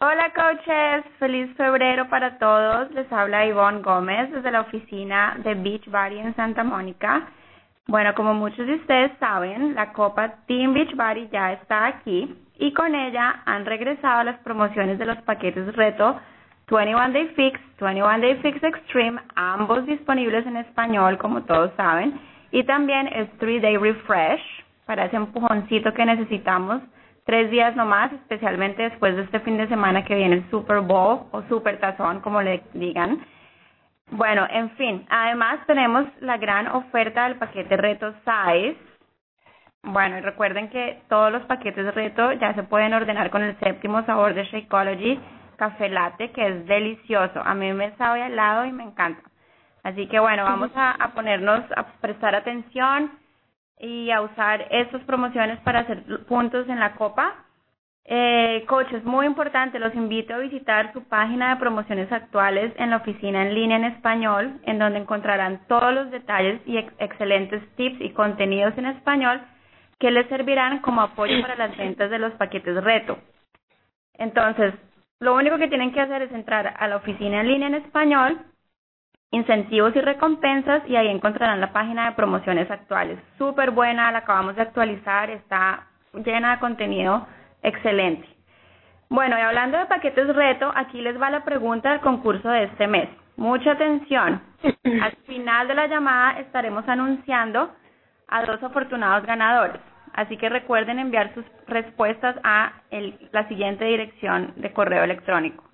Hola coaches, feliz febrero para todos. Les habla Ivonne Gómez desde la oficina de Beachbody en Santa Mónica. Bueno, como muchos de ustedes saben, la Copa Team Beachbody ya está aquí y con ella han regresado las promociones de los paquetes reto 21 Day Fix, 21 Day Fix Extreme, ambos disponibles en español como todos saben, y también el 3 Day Refresh para ese empujoncito que necesitamos 3 días nomás, especialmente después de este fin de semana que viene el Super Bowl o Super Tazón, como le digan. Bueno, en fin, además tenemos la gran oferta del paquete Reto Size. Bueno, y recuerden que todos los paquetes Reto ya se pueden ordenar con el 7º sabor de Shakeology, café latte, que es delicioso. A mí me sabe al lado y me encanta. Así que bueno, vamos a ponernos a prestar atención y a usar estas promociones para hacer puntos en la copa. Coaches, muy importante, los invito a visitar su página de promociones actuales en la oficina en línea en español, en donde encontrarán todos los detalles y excelentes tips y contenidos en español que les servirán como apoyo para las ventas de los paquetes reto. Entonces, lo único que tienen que hacer es entrar a la oficina en línea en español, incentivos y recompensas, y ahí encontrarán la página de promociones actuales. Súper buena, la acabamos de actualizar, está llena de contenido excelente. Bueno, y hablando de paquetes reto, aquí les va la pregunta del concurso de este mes. Mucha atención. Al final de la llamada estaremos anunciando a 2 afortunados ganadores. Así que recuerden enviar sus respuestas a la siguiente dirección de correo electrónico: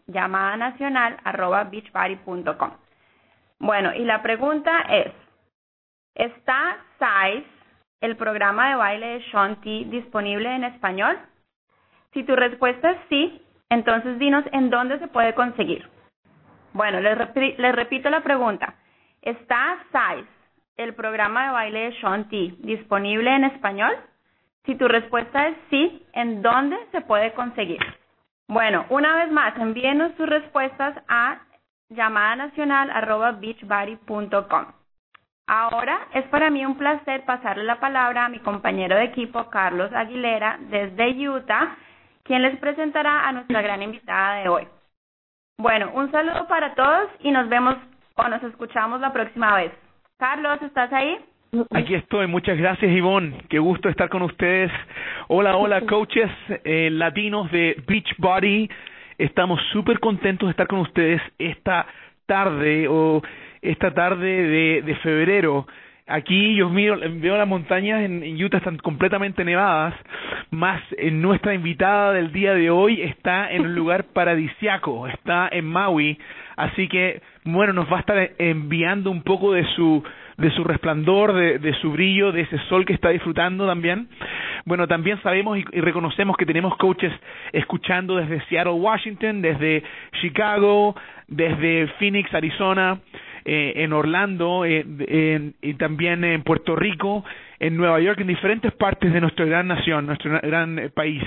llamada@beachbody.com. Bueno, y la pregunta es, ¿está Size, el programa de baile de Shaun T, disponible en español? Si tu respuesta es sí, entonces dinos en dónde se puede conseguir. Bueno, les repito la pregunta. ¿Está Size, el programa de baile de Shaun T, disponible en español? Si tu respuesta es sí, ¿en dónde se puede conseguir? Bueno, una vez más, envíenos sus respuestas a llamada@beachbody.com. Ahora es para mí un placer pasarle la palabra a mi compañero de equipo Carlos Aguilera desde Utah, quien les presentará a nuestra gran invitada de hoy. Bueno, un saludo para todos y nos vemos o nos escuchamos la próxima vez. Carlos, ¿estás ahí? Aquí estoy, muchas gracias Ivonne, qué gusto estar con ustedes. Hola coaches latinos de Beachbody. Estamos súper contentos de estar con ustedes esta tarde de febrero. Aquí yo veo las montañas en Utah, están completamente nevadas, más nuestra invitada del día de hoy está en un lugar paradisiaco, está en Maui, así que bueno, nos va a estar enviando un poco de su resplandor, de su brillo, de ese sol que está disfrutando también. Bueno, también sabemos y reconocemos que tenemos coaches escuchando desde Seattle, Washington, desde Chicago, desde Phoenix, Arizona, en Orlando, y también en Puerto Rico, en Nueva York, en diferentes partes de nuestra gran nación, nuestro gran país.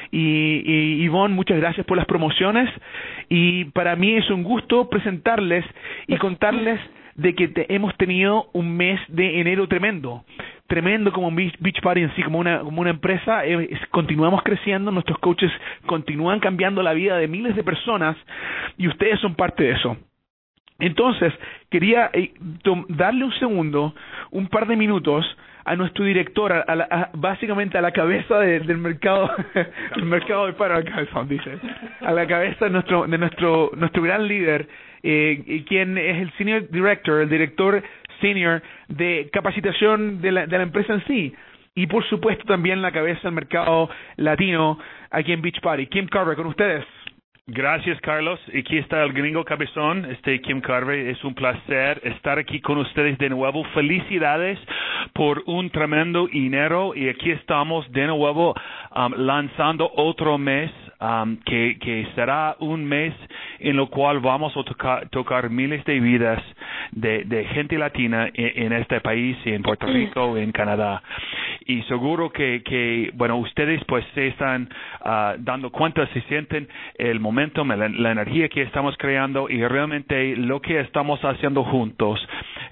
Y Ivonne, muchas gracias por las promociones, y para mí es un gusto presentarles y contarles de que hemos tenido un mes de enero tremendo como Beachbody en sí, como una empresa. Continuamos creciendo, nuestros coaches continúan cambiando la vida de miles de personas y ustedes son parte de eso. Entonces, quería darle un par de minutos a nuestro director, básicamente a la cabeza del mercado, el mercado de dice, a la cabeza de nuestro gran líder, quien es el senior director, el director senior de capacitación de la empresa en sí, y por supuesto también la cabeza del mercado latino aquí en Beachbody. Kim Carver, con ustedes. Gracias, Carlos. Aquí está el gringo cabezón, Kim Carver. Es un placer estar aquí con ustedes de nuevo. Felicidades por un tremendo enero, y aquí estamos de nuevo lanzando otro mes que será un mes en lo cual vamos a tocar miles de vidas de gente latina en este país, en Puerto Rico, en Canadá. Y seguro que bueno, ustedes pues se están dando cuenta, se sienten el momentum, la energía que estamos creando, y realmente lo que estamos haciendo juntos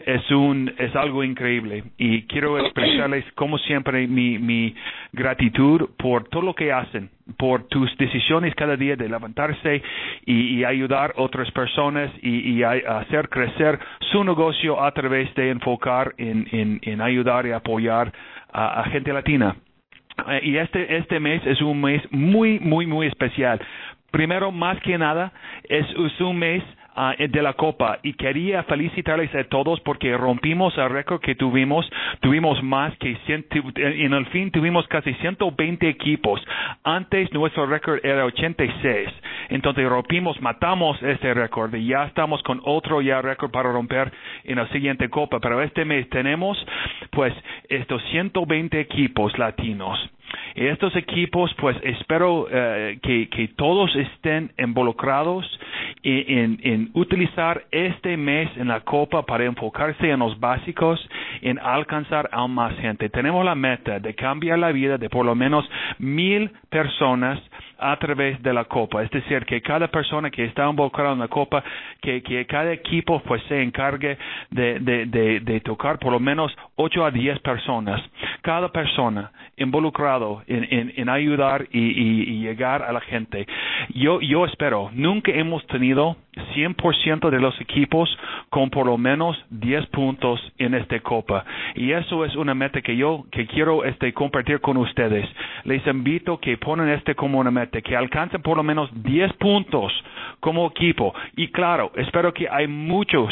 es algo increíble y quiero expresarles como siempre mi gratitud por todo lo que hacen, por tus decisiones cada día de levantarse y ayudar a otras personas y hacer crecer su negocio a través de enfocar en ayudar y apoyar a gente latina. Y este mes es un mes muy, muy, muy especial. Primero, más que nada, es un mes de la Copa y quería felicitarles a todos porque rompimos el récord que tuvimos más que en el fin tuvimos casi 120 equipos. Antes nuestro récord era 86. Entonces matamos ese récord y ya estamos con otro ya récord para romper en la siguiente Copa. Pero este mes tenemos pues estos 120 equipos latinos. Y estos equipos, pues espero que todos estén involucrados en utilizar este mes en la Copa para enfocarse en los básicos, en alcanzar a más gente. Tenemos la meta de cambiar la vida de por lo menos 1,000 personas a través de la Copa. Es decir, que cada persona que está involucrada en la Copa, que cada equipo pues se encargue de tocar por lo menos 8 a 10 personas. Cada persona involucrado en ayudar y llegar a la gente. Yo espero, nunca hemos tenido 100% de los equipos con por lo menos 10 puntos en esta Copa. Y eso es una meta que quiero compartir con ustedes. Les invito que ponen como una meta, que alcancen por lo menos 10 puntos como equipo. Y claro, espero que hay muchos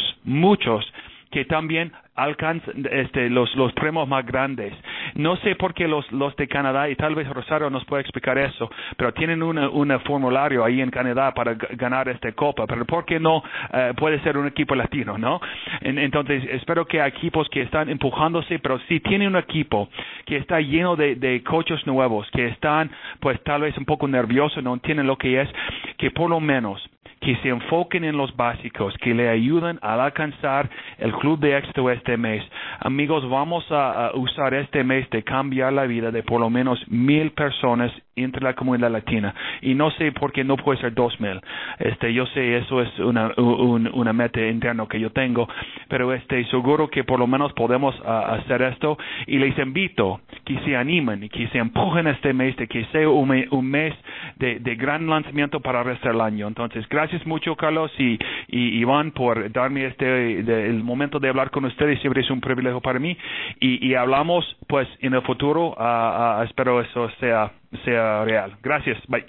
que también alcanzan los premios más grandes. No sé por qué los de Canadá, y tal vez Rosario nos puede explicar eso, pero tienen un formulario ahí en Canadá para ganar esta Copa, pero ¿por qué no puede ser un equipo latino, no? Entonces, espero que hay equipos que están empujándose, pero si tiene un equipo que está lleno de coaches nuevos, que están pues tal vez un poco nerviosos, no entienden lo que es, que por lo menos que se enfoquen en los básicos, que le ayuden a alcanzar el club de éxito este mes. Amigos, vamos a usar este mes de cambiar la vida de por lo menos 1,000 personas entre la comunidad latina. Y no sé por qué no puede ser 2,000. Yo sé, eso es una meta interna que yo tengo, pero seguro que por lo menos podemos hacer esto. Y les invito que se animen y que se empujen este mes, de que sea un mes de gran lanzamiento para el resto del año. Entonces, gracias mucho, Carlos y Iván, por darme el momento de hablar con ustedes. Siempre es un privilegio para mí. Y hablamos, pues, en el futuro. Espero eso sea real. Gracias. Bye.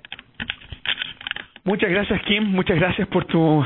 Muchas gracias, Kim. Muchas gracias por tu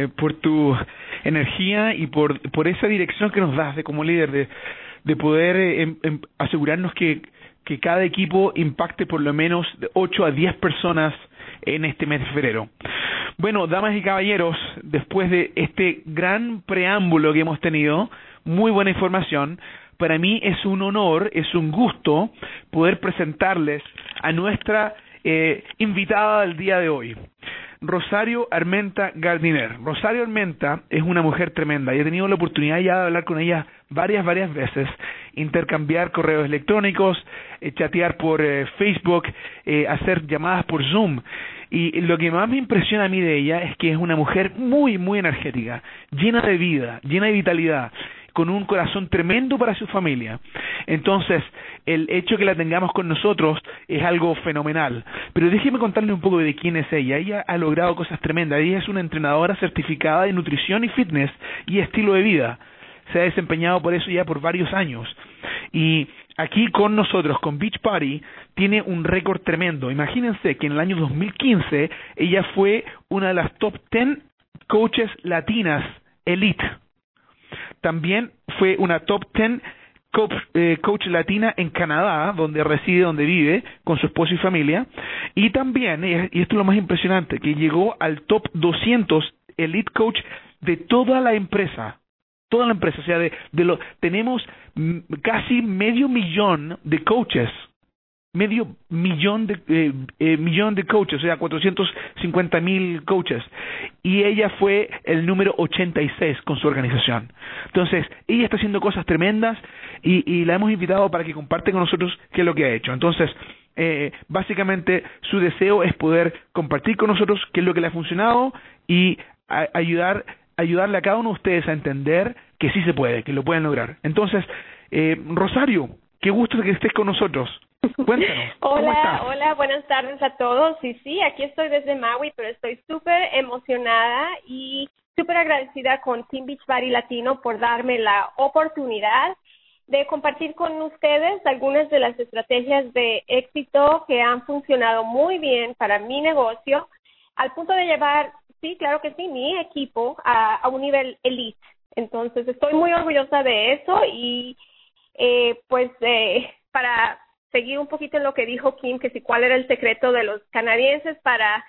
energía y por esa dirección que nos das como líder de poder asegurarnos que cada equipo impacte por lo menos de 8 a 10 personas en este mes de febrero. Bueno, damas y caballeros, después de este gran preámbulo que hemos tenido, muy buena información, para mí es un honor, es un gusto poder presentarles a nuestra invitada del día de hoy, Rosario Armenta Gardiner. Rosario Armenta es una mujer tremenda. Yo he tenido la oportunidad ya de hablar con ella varias veces, intercambiar correos electrónicos, chatear por Facebook, hacer llamadas por Zoom. Y lo que más me impresiona a mí de ella es que es una mujer muy, muy energética, llena de vida, llena de vitalidad, con un corazón tremendo para su familia. Entonces, el hecho que la tengamos con nosotros es algo fenomenal. Pero déjeme contarle un poco de quién es ella. Ella ha logrado cosas tremendas. Ella es una entrenadora certificada de nutrición y fitness y estilo de vida. Se ha desempeñado por eso ya por varios años. Y aquí con nosotros, con Beach Party, tiene un récord tremendo. Imagínense que en el año 2015 ella fue una de las top 10 coaches latinas elite. También fue una top 10 coach latina en Canadá, donde reside, donde vive, con su esposo y familia. Y también, y esto es lo más impresionante, que llegó al top 200 elite coach de toda la empresa. Toda la empresa, o sea, tenemos casi 500,000 de coaches. 500,000 de coaches, o sea, 450,000 coaches. Y ella fue el número 86 con su organización. Entonces, ella está haciendo cosas tremendas y la hemos invitado para que comparte con nosotros qué es lo que ha hecho. Entonces, básicamente, su deseo es poder compartir con nosotros qué es lo que le ha funcionado y ayudarle a cada uno de ustedes a entender que sí se puede, que lo pueden lograr. Entonces, Rosario, qué gusto que estés con nosotros. Cuéntanos. ¿Cómo estás? Hola, buenas tardes a todos. Sí, aquí estoy desde Maui, pero estoy súper emocionada y súper agradecida con Team Beachbody Latino por darme la oportunidad de compartir con ustedes algunas de las estrategias de éxito que han funcionado muy bien para mi negocio, al punto de llevar, sí, claro que sí, mi equipo a un nivel elite. Entonces, estoy muy orgullosa de eso y para seguir un poquito en lo que dijo Kim, que si cuál era el secreto de los canadienses para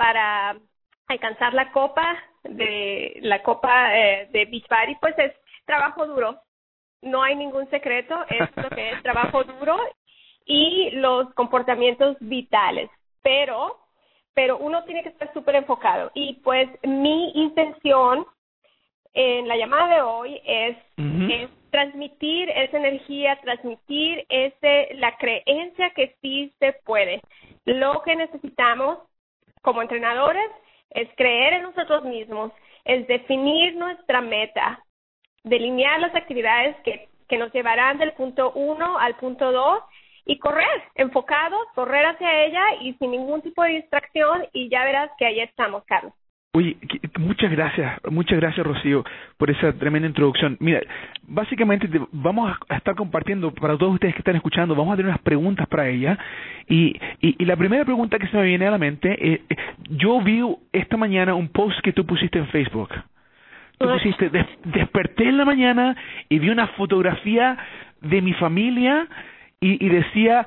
alcanzar la copa de Beachbody, pues es trabajo duro. No hay ningún secreto, es lo que es trabajo duro y los comportamientos vitales. Pero uno tiene que estar súper enfocado. Y pues mi intención en la llamada de hoy es transmitir esa energía, transmitir la creencia que sí se puede. Lo que necesitamos como entrenadores es creer en nosotros mismos, es definir nuestra meta, delinear las actividades que nos llevarán del punto 1 al punto 2 y correr, enfocados, correr hacia ella y sin ningún tipo de distracción, y ya verás que ahí estamos, Carlos. Oye, muchas gracias, Rocío, por esa tremenda introducción. Mira, básicamente vamos a estar compartiendo, para todos ustedes que están escuchando, vamos a tener unas preguntas para ella, y la primera pregunta que se me viene a la mente, yo vi esta mañana un post que tú pusiste en Facebook. Tú pusiste, desperté en la mañana y vi una fotografía de mi familia y decía,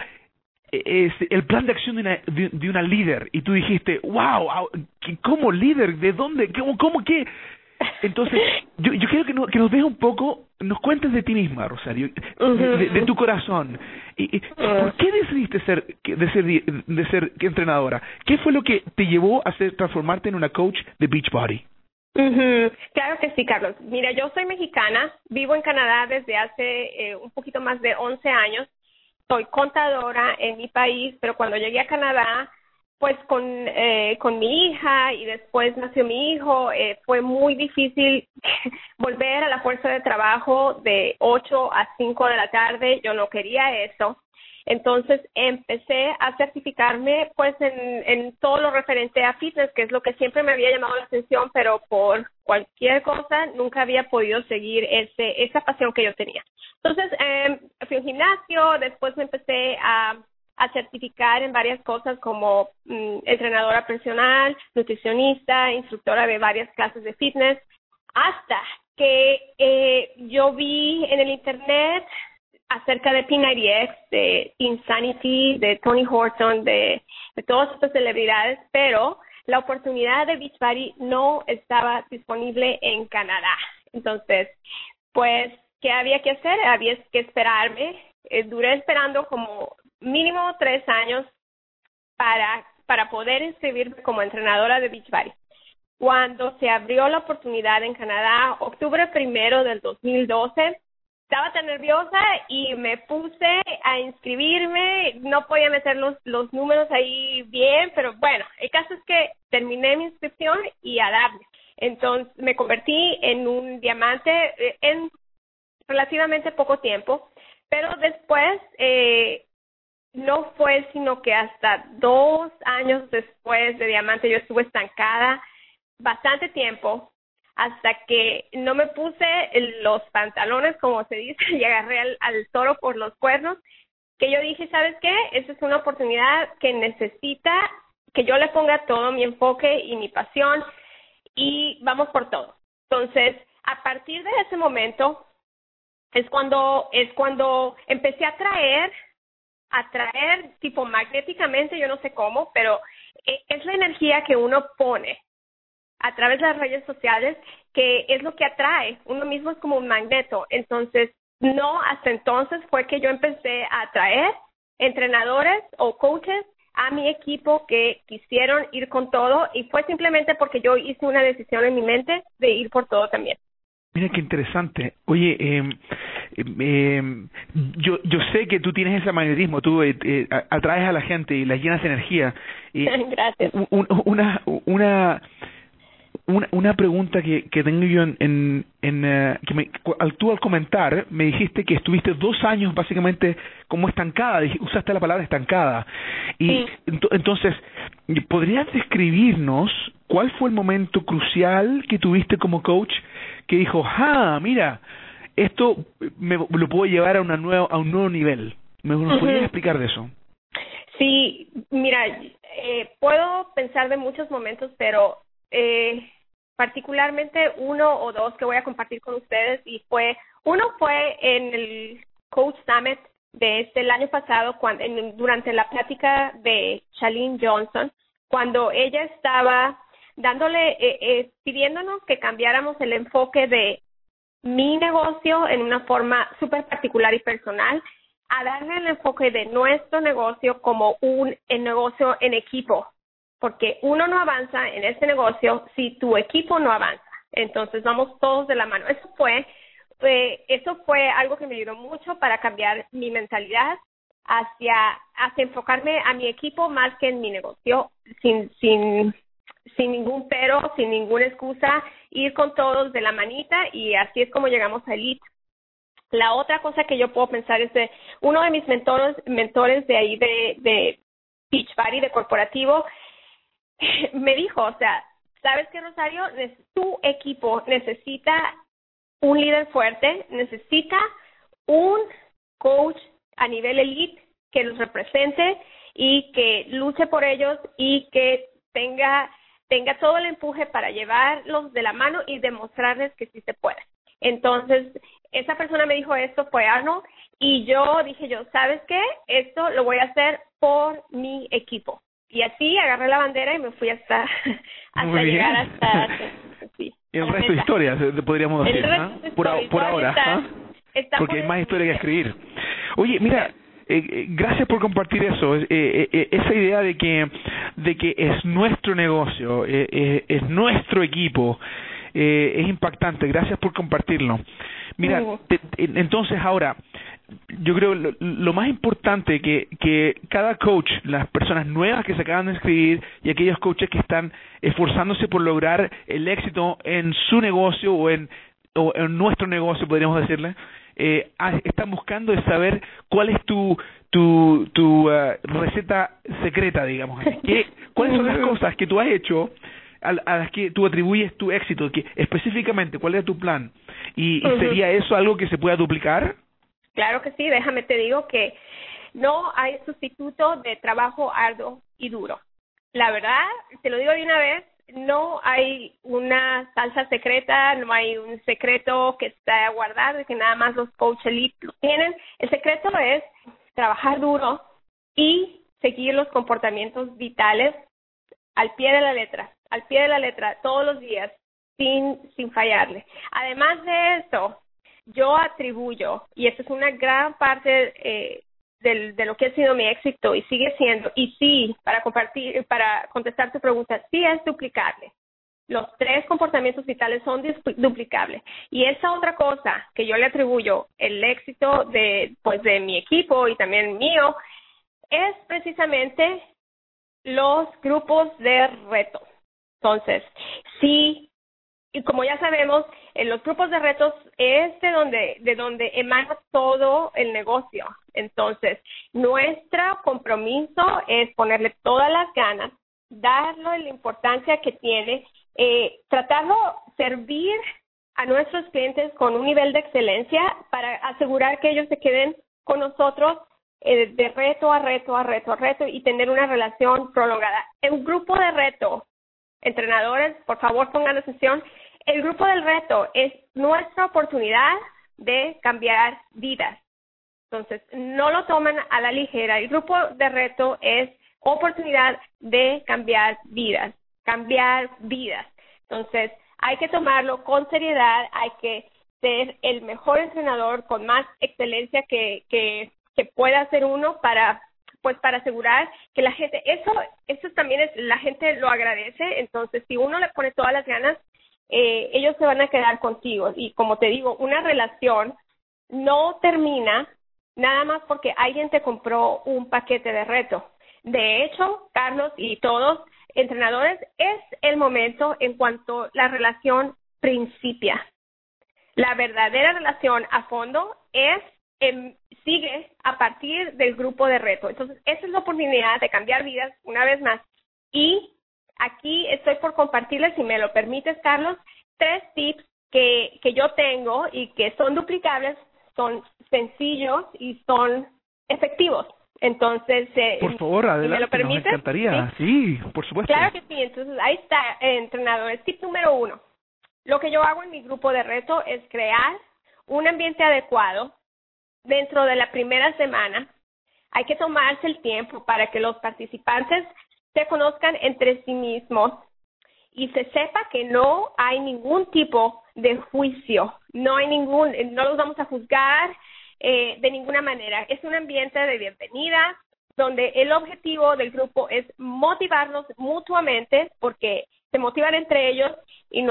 el plan de acción de una líder, y tú dijiste, wow, ¿cómo líder? ¿De dónde? ¿Cómo qué? Entonces, yo quiero que nos dejes un poco, nos cuentes de ti misma, Rosario, de tu corazón. ¿Por qué decidiste de ser entrenadora? ¿Qué fue lo que te llevó a transformarte en una coach de Beachbody? Claro que sí, Carlos. Mira, yo soy mexicana, vivo en Canadá desde hace un poquito más de 11 años. Soy contadora en mi país, pero cuando llegué a Canadá, pues con mi hija y después nació mi hijo, fue muy difícil volver a la fuerza de trabajo de 8 a 5 de la tarde. Yo no quería eso. Entonces empecé a certificarme pues en todo lo referente a fitness, que es lo que siempre me había llamado la atención, pero por cualquier cosa nunca había podido seguir esa pasión que yo tenía. Entonces fui a un gimnasio, después me empecé a certificar en varias cosas como entrenadora personal, nutricionista, instructora de varias clases de fitness, hasta que yo vi en el internet acerca de P90X, de Insanity, de Tony Horton, de todas estas celebridades, pero la oportunidad de Beachbody no estaba disponible en Canadá. Entonces, pues, ¿qué había que hacer? Había que esperarme. Duré esperando como mínimo 3 años para poder inscribirme como entrenadora de Beachbody. Cuando se abrió la oportunidad en Canadá, octubre 1 del 2012, estaba tan nerviosa y me puse a inscribirme, no podía meter los números ahí bien, pero bueno, el caso es que terminé mi inscripción y a darle. Entonces me convertí en un diamante en relativamente poco tiempo, pero después no fue sino que hasta 2 años después de diamante yo estuve estancada bastante tiempo, hasta que no me puse los pantalones, como se dice, y agarré al toro por los cuernos, que yo dije, ¿sabes qué? Esta es una oportunidad que necesita que yo le ponga todo mi enfoque y mi pasión, y vamos por todo. Entonces, a partir de ese momento, es cuando empecé a atraer tipo magnéticamente, yo no sé cómo, pero es la energía que uno pone a través de las redes sociales, que es lo que atrae. Uno mismo es como un magneto. Entonces, no hasta entonces fue que yo empecé a atraer entrenadores o coaches a mi equipo que quisieron ir con todo, y fue simplemente porque yo hice una decisión en mi mente de ir por todo también. Mira qué interesante. Oye, yo sé que tú tienes ese magnetismo, tú atraes a la gente y la llenas de energía. Gracias. una pregunta que tengo yo tú al comentar me dijiste que estuviste 2 años básicamente como estancada, usaste la palabra estancada. Y Sí. Entonces, ¿podrías describirnos cuál fue el momento crucial que tuviste como coach que dijo, mira, esto lo puedo llevar a un nuevo nivel? ¿Me podrías explicar de eso? Sí, mira, puedo pensar de muchos momentos, pero particularmente 1 o 2 que voy a compartir con ustedes, y uno fue en el Coach Summit el año pasado, durante la plática de Chalene Johnson, cuando ella estaba pidiéndonos que cambiáramos el enfoque de mi negocio en una forma súper particular y personal, a darle el enfoque de nuestro negocio como un negocio en equipo, porque uno no avanza en este negocio si tu equipo no avanza. Entonces vamos todos de la mano. Eso fue algo que me ayudó mucho para cambiar mi mentalidad hacia enfocarme a mi equipo más que en mi negocio, sin ningún pero, sin ninguna excusa, ir con todos de la manita, y así es como llegamos a Elite. La otra cosa que yo puedo pensar es de uno de mis mentores de ahí de Beachbody, de corporativo, me dijo, o sea, ¿sabes qué, Rosario? Tu equipo necesita un líder fuerte, necesita un coach a nivel elite que los represente y que luche por ellos y que tenga todo el empuje para llevarlos de la mano y demostrarles que sí se puede. Entonces, esa persona me dijo esto, fue Arnold, y yo dije, ¿sabes qué? Esto lo voy a hacer por mi equipo. Y así agarré la bandera y me fui hasta llegar hasta sí. El resto de historias, podríamos decir, por ahora, porque hay más historia que escribir. Oye, mira, gracias por compartir eso, esa idea de que es nuestro negocio, es nuestro equipo, es impactante. Gracias por compartirlo. Mira, entonces ahora, yo creo lo más importante que cada coach, las personas nuevas que se acaban de inscribir y aquellos coaches que están esforzándose por lograr el éxito en su negocio o en nuestro negocio, podríamos decirle, están buscando es saber cuál es tu receta secreta, digamos. ¿Cuáles son las cosas que tú has hecho a las que tú atribuyes tu éxito? Específicamente, ¿cuál es tu plan? ¿Y sería eso algo que se pueda duplicar? Claro que sí, déjame te digo que no hay sustituto de trabajo arduo y duro. La verdad, te lo digo de una vez, no hay una salsa secreta, no hay un secreto que está guardado y que nada más los coach elite lo tienen. El secreto es trabajar duro y seguir los comportamientos vitales al pie de la letra, todos los días, sin fallarle. Además de eso, yo atribuyo, y esta es una gran parte de lo que ha sido mi éxito y sigue siendo, y sí, para contestar tu pregunta, sí es duplicable. Los 3 comportamientos vitales son duplicables. Y esa otra cosa que yo le atribuyo el éxito de mi equipo y también mío es precisamente los grupos de reto. Entonces, sí, y como ya sabemos, en los grupos de retos es de donde emana todo el negocio. Entonces, nuestro compromiso es ponerle todas las ganas, darle la importancia que tiene, tratarlo, servir a nuestros clientes con un nivel de excelencia para asegurar que ellos se queden con nosotros de reto a reto y tener una relación prolongada. En grupo de reto, entrenadores, por favor pongan atención, el grupo del reto es nuestra oportunidad de cambiar vidas. Entonces, no lo toman a la ligera. El grupo de reto es oportunidad de cambiar vidas. Entonces, hay que tomarlo con seriedad, hay que ser el mejor entrenador con más excelencia que pueda ser uno para asegurar que la gente, eso también la gente lo agradece. Entonces, si uno le pone todas las ganas, ellos se van a quedar contigo. Y como te digo, una relación no termina nada más porque alguien te compró un paquete de reto. De hecho, Carlos y todos, entrenadores, es el momento en cuanto la relación principia. La verdadera relación a fondo sigue a partir del grupo de reto. Entonces, esa es la oportunidad de cambiar vidas una vez más. Y aquí estoy por compartirles, si me lo permites, Carlos, 3 tips que yo tengo y que son duplicables, son sencillos y son efectivos. Entonces, por favor, adelante, ¿me lo permites? Nos encantaría. Sí, por supuesto. Claro que sí. Entonces, ahí está, entrenadores. Tip número 1. Lo que yo hago en mi grupo de reto es crear un ambiente adecuado dentro de la primera semana. Hay que tomarse el tiempo para que los participantes se conozcan entre sí mismos y se sepa que no hay ningún tipo de juicio, no los vamos a juzgar de ninguna manera. Es un ambiente de bienvenida donde el objetivo del grupo es motivarnos mutuamente, porque se motivan entre ellos y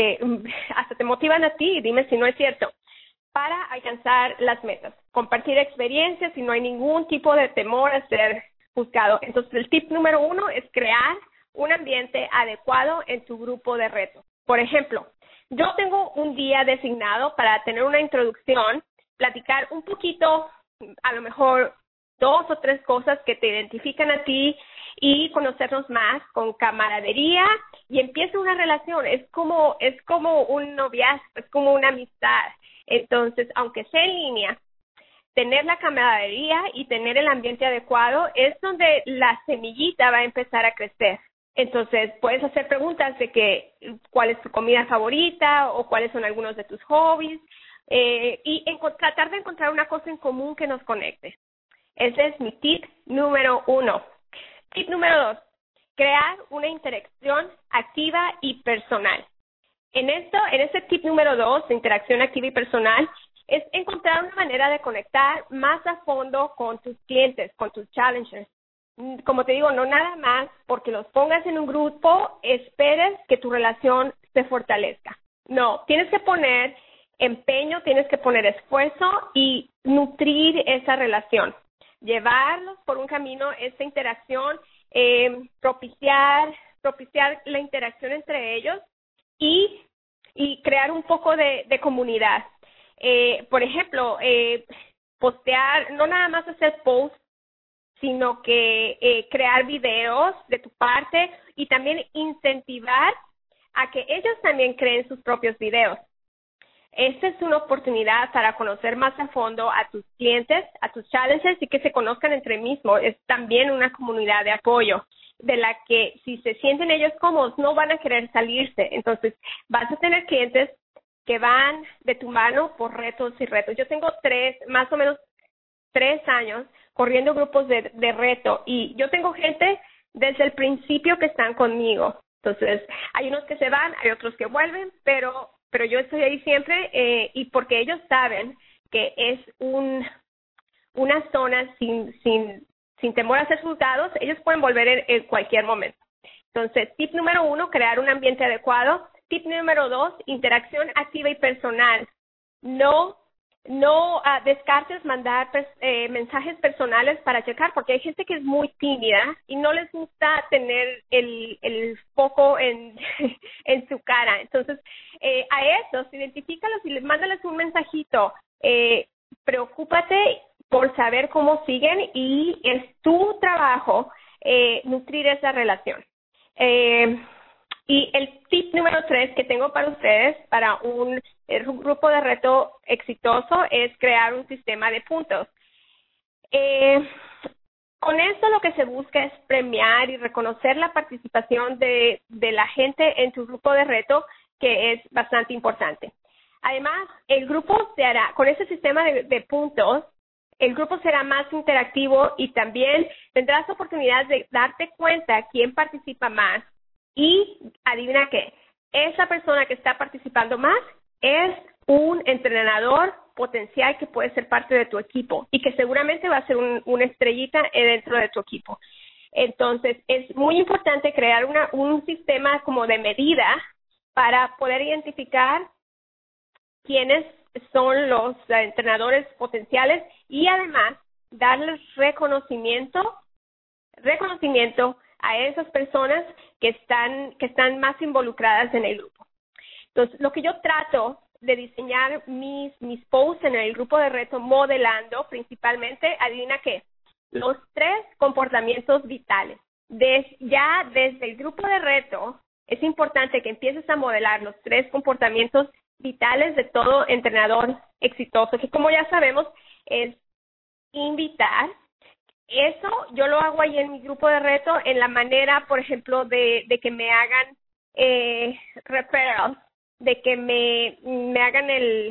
hasta te motivan a ti, dime si no es cierto, para alcanzar las metas, compartir experiencias y no hay ningún tipo de temor a ser juzgado. Entonces, el tip número 1 es crear un ambiente adecuado en tu grupo de reto. Por ejemplo, yo tengo un día designado para tener una introducción, platicar un poquito, a lo mejor 2 o 3 cosas que te identifican a ti y conocernos más con camaradería y empieza una relación. Es como un noviazgo, es como una amistad. Entonces, aunque sea en línea, tener la camaradería y tener el ambiente adecuado es donde la semillita va a empezar a crecer. Entonces, puedes hacer preguntas de cuál es tu comida favorita o cuáles son algunos de tus hobbies y tratar de encontrar una cosa en común que nos conecte. Ese es mi tip número 1. Tip número 2, crear una interacción activa y personal. En este tip número 2, de interacción activa y personal, es encontrar una manera de conectar más a fondo con tus clientes, con tus challengers. Como te digo, no nada más porque los pongas en un grupo, esperes que tu relación se fortalezca. No, tienes que poner empeño, tienes que poner esfuerzo y nutrir esa relación. Llevarlos por un camino, esta interacción, propiciar la interacción entre ellos y crear un poco de comunidad. Por ejemplo, postear, no nada más hacer posts, sino que crear videos de tu parte y también incentivar a que ellos también creen sus propios videos. Esta es una oportunidad para conocer más a fondo a tus clientes, a tus challengers y que se conozcan entre mismos. Es también una comunidad de apoyo de la que si se sienten ellos cómodos no van a querer salirse. Entonces vas a tener clientes que van de tu mano por retos y retos. Yo tengo más o menos 3 años corriendo grupos de reto y yo tengo gente desde el principio que están conmigo. Entonces hay unos que se van, hay otros que vuelven, pero yo estoy ahí siempre y porque ellos saben que es una zona sin temor a ser juzgados, ellos pueden volver en cualquier momento. Entonces, tip número 1, crear un ambiente adecuado. Tip número 2, interacción activa y personal. No descartes mandar mensajes personales para checar, porque hay gente que es muy tímida y no les gusta tener el foco en su cara. Entonces, a esos, identifícalos y mándales un mensajito. Preocúpate por saber cómo siguen y es tu trabajo nutrir esa relación. Y el tip número 3 que tengo para ustedes, para un grupo de reto exitoso, es crear un sistema de puntos. Con esto lo que se busca es premiar y reconocer la participación de la gente en tu grupo de reto, que es bastante importante. Además, el grupo se hará, con ese sistema de puntos, el grupo será más interactivo y también tendrás oportunidad de darte cuenta quién participa más. Y adivina qué, esa persona que está participando más es un entrenador potencial que puede ser parte de tu equipo y que seguramente va a ser una estrellita dentro de tu equipo. Entonces, es muy importante crear un sistema como de medida para poder identificar quiénes son los entrenadores potenciales y además darles reconocimiento a esas personas que están más involucradas en el grupo. Entonces, lo que yo trato de diseñar mis posts en el grupo de reto modelando principalmente, adivina qué, los 3 comportamientos vitales. Ya desde el grupo de reto es importante que empieces a modelar los 3 comportamientos vitales de todo entrenador exitoso, que como ya sabemos es invitar. Eso yo lo hago ahí en mi grupo de reto en la manera, por ejemplo, de que me hagan referrals, de que me hagan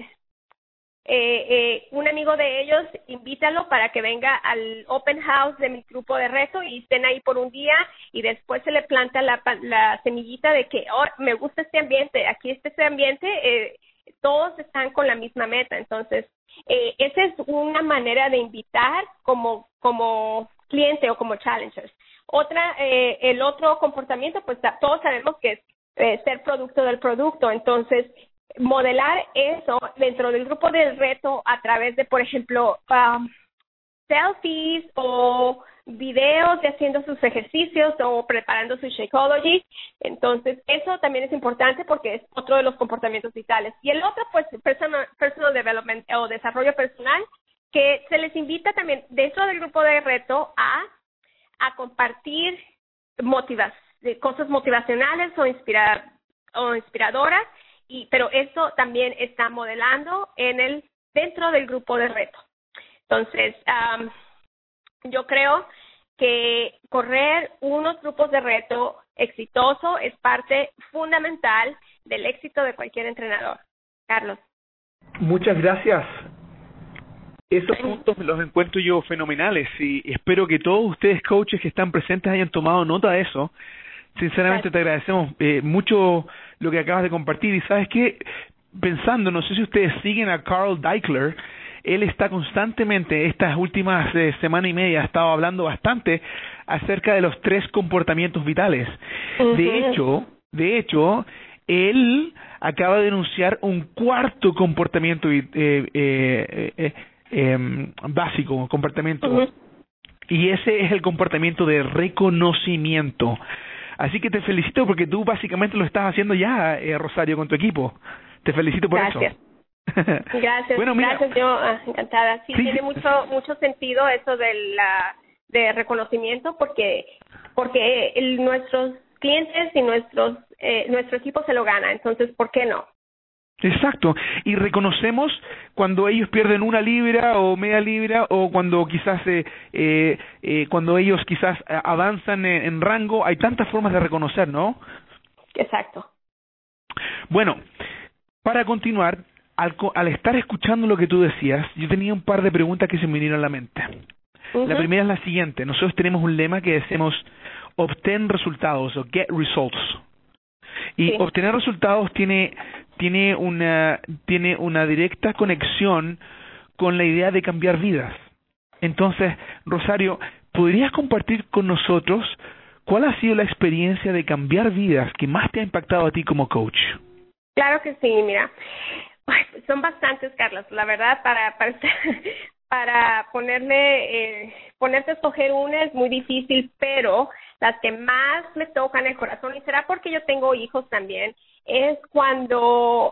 un amigo de ellos, invítalo para que venga al open house de mi grupo de reto y estén ahí por un día y después se le planta la semillita de que me gusta este ambiente, aquí está este ambiente, todos están con la misma meta. Entonces, esa es una manera de invitar como cliente o como challengers. El otro comportamiento, pues todos sabemos que es ser producto del producto. Entonces, modelar eso dentro del grupo del reto a través de, por ejemplo, selfies o videos de haciendo sus ejercicios o preparando su Shakeology. Entonces, eso también es importante porque es otro de los comportamientos vitales. Y el otro, pues, personal development o desarrollo personal, que se les invita también dentro del grupo de reto a compartir cosas motivacionales o inspiradoras, pero eso también está modelando dentro del grupo de reto. Entonces, yo creo que correr unos grupos de reto exitoso es parte fundamental del éxito de cualquier entrenador. Carlos. Muchas gracias. Esos puntos los encuentro yo fenomenales y espero que todos ustedes, coaches que están presentes, hayan tomado nota de eso. Sinceramente te agradecemos mucho lo que acabas de compartir. Y sabes qué, pensando, no sé si ustedes siguen a Carl Daikeler, él está constantemente, estas últimas semana y media, ha estado hablando bastante acerca de los 3 comportamientos vitales. De hecho, él acaba de anunciar un 4º comportamiento básico, comportamiento, y ese es el comportamiento de reconocimiento. Así que te felicito porque tú básicamente lo estás haciendo ya, Rosario, con tu equipo. Te felicito por eso. Gracias. Bueno, mira, gracias, yo encantada. Sí, tiene mucho sentido eso de reconocimiento porque nuestros clientes y nuestro equipo se lo gana. Entonces, ¿por qué no? Exacto, y reconocemos cuando ellos pierden 1 libra o media libra o cuando quizás cuando ellos quizás avanzan en rango. Hay tantas formas de reconocer, ¿no? Exacto. Bueno, para continuar, al estar escuchando lo que tú decías, yo tenía un par de preguntas que se me vinieron a la mente. La primera es la siguiente: nosotros tenemos un lema que decimos obtén resultados o get results. Y obtener resultados tiene una directa conexión con la idea de cambiar vidas. Entonces, Rosario, ¿podrías compartir con nosotros cuál ha sido la experiencia de cambiar vidas que más te ha impactado a ti como coach? Claro que sí, mira, son bastantes, Carlos. La verdad, para ponerte a escoger una es muy difícil, pero las que más me tocan el corazón, y será porque yo tengo hijos también, es cuando,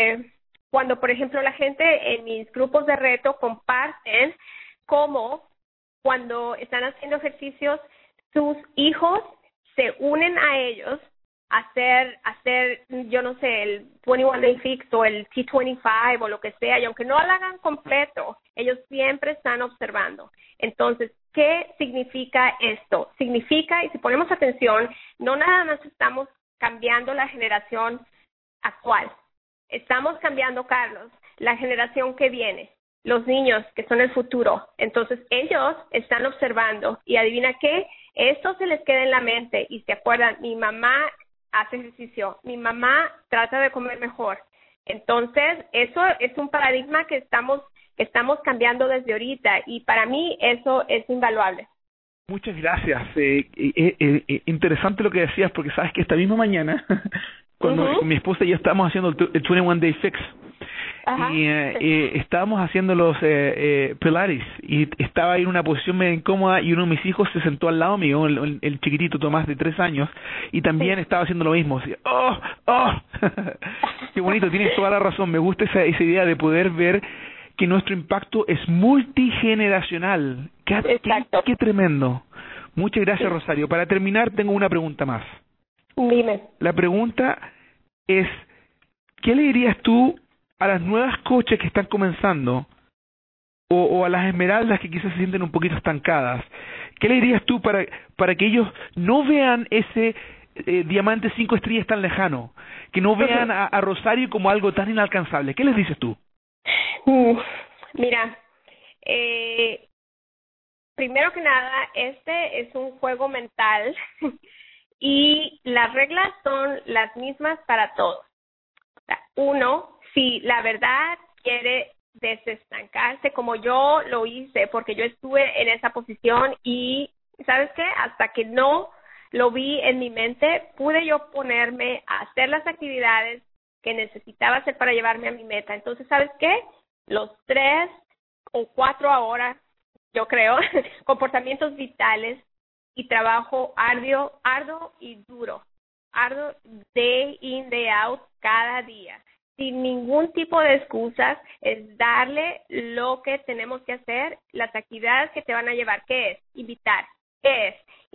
por ejemplo, la gente en mis grupos de reto comparten cómo cuando están haciendo ejercicios, sus hijos se unen a ellos a hacer, yo no sé, el 21 Day Fix o el T25 o lo que sea, y aunque no lo hagan completo, ellos siempre están observando. Entonces, ¿qué significa esto? Significa, y si ponemos atención, no nada más estamos cambiando la generación actual, estamos cambiando, Carlos, la generación que viene, los niños que son el futuro. Entonces, ellos están observando y adivina qué, esto se les queda en la mente y se acuerdan, mi mamá hace ejercicio, mi mamá trata de comer mejor. Entonces, eso es un paradigma que estamos cambiando desde ahorita y para mí eso es invaluable. Muchas gracias. Interesante lo que decías, porque sabes que esta misma mañana, cuando mi esposa y yo estábamos haciendo el 21 Day Fix, Ajá. y estábamos haciendo los Pilates y estaba ahí en una posición medio incómoda y uno de mis hijos se sentó al lado mío, el chiquitito Tomás de 3 años, y también estaba haciendo lo mismo. Así, ¡oh! ¡Oh! Qué bonito, tienes toda la razón. Me gusta esa idea de poder ver que nuestro impacto es multigeneracional. ¡Qué tremendo! Muchas gracias, Rosario. Para terminar, tengo una pregunta más. Dime. La pregunta es, ¿qué le dirías tú a las nuevas coaches que están comenzando o a las esmeraldas que quizás se sienten un poquito estancadas? ¿Qué le dirías tú para que ellos no vean ese diamante 5 estrellas tan lejano, que no vean a Rosario como algo tan inalcanzable? ¿Qué les dices tú? Mira, primero que nada, este es un juego mental y las reglas son las mismas para todos. O sea, uno, si la verdad quiere desestancarse como yo lo hice, porque yo estuve en esa posición y, ¿sabes qué? Hasta que no lo vi en mi mente, pude yo ponerme a hacer las actividades que necesitaba hacer para llevarme a mi meta. Entonces, ¿sabes qué? Los 3 o 4 ahora, yo creo, comportamientos vitales y trabajo arduo y duro, arduo day in, day out, cada día, sin ningún tipo de excusas, es darle lo que tenemos que hacer, las actividades que te van a llevar. ¿Qué es? Invitar. ¿Qué es?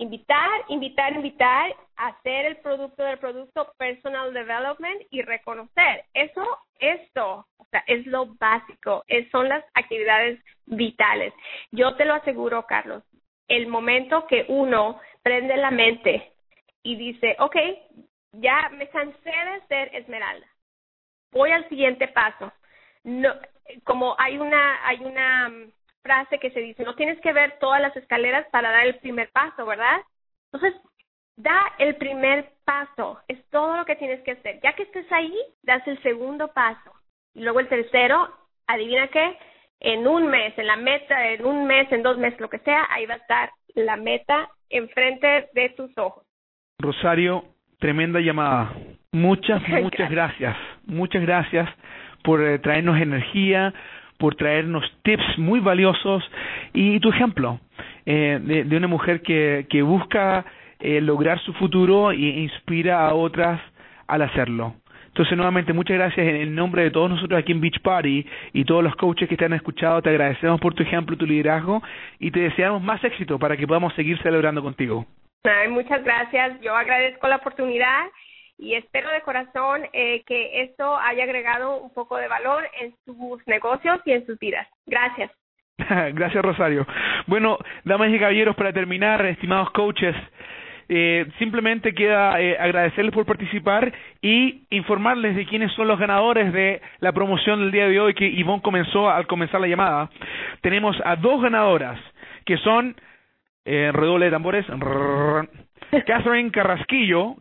Invitar, hacer el producto del producto, personal development y reconocer. Esto, o sea, es lo básico, son las actividades vitales. Yo te lo aseguro, Carlos, el momento que uno prende la mente y dice, okay, ya me cansé de ser esmeralda, voy al siguiente paso. No, como hay una frase que se dice, no tienes que ver todas las escaleras para dar el primer paso, ¿verdad? Entonces, da el primer paso, es todo lo que tienes que hacer. Ya que estés ahí, das el segundo paso. Y luego el tercero, adivina qué, en un mes, en la meta, en un mes, en 2 meses, lo que sea, ahí va a estar la meta enfrente de tus ojos. Rosario, tremenda llamada. Muchas gracias. Muchas gracias por traernos energía, por traernos tips muy valiosos y tu ejemplo de una mujer que busca lograr su futuro e inspira a otras al hacerlo. Entonces, nuevamente, muchas gracias en nombre de todos nosotros aquí en Beach Party y todos los coaches que te han escuchado. Te agradecemos por tu ejemplo, tu liderazgo y te deseamos más éxito para que podamos seguir celebrando contigo. Ay, muchas gracias. Yo agradezco la oportunidad y espero de corazón que esto haya agregado un poco de valor en sus negocios y en sus vidas. Gracias. Gracias, Rosario. Bueno, damas y caballeros, para terminar, estimados coaches, simplemente queda agradecerles por participar y informarles de quiénes son los ganadores de la promoción del día de hoy que Ivonne comenzó al comenzar la llamada. Tenemos a 2 ganadoras que son, redoble de tambores, Catherine Carrasquillo,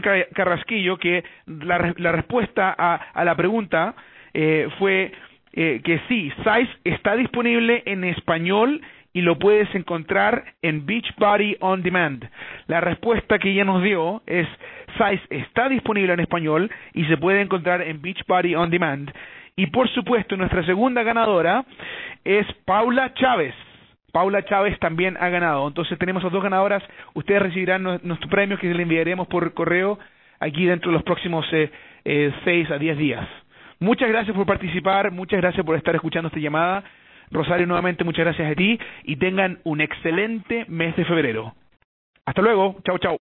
que la respuesta a la pregunta fue que sí, Size está disponible en español y lo puedes encontrar en Beachbody On Demand. La respuesta que ella nos dio es Size está disponible en español y se puede encontrar en Beachbody On Demand. Y por supuesto, nuestra segunda ganadora es Paula Chávez. Paula Chávez también ha ganado. Entonces tenemos a 2 ganadoras. Ustedes recibirán nuestros premios que le enviaremos por correo aquí dentro de los próximos 6 a 10 días. Muchas gracias por participar, muchas gracias por estar escuchando esta llamada. Rosario, nuevamente muchas gracias a ti y tengan un excelente mes de febrero. Hasta luego, chao, chao.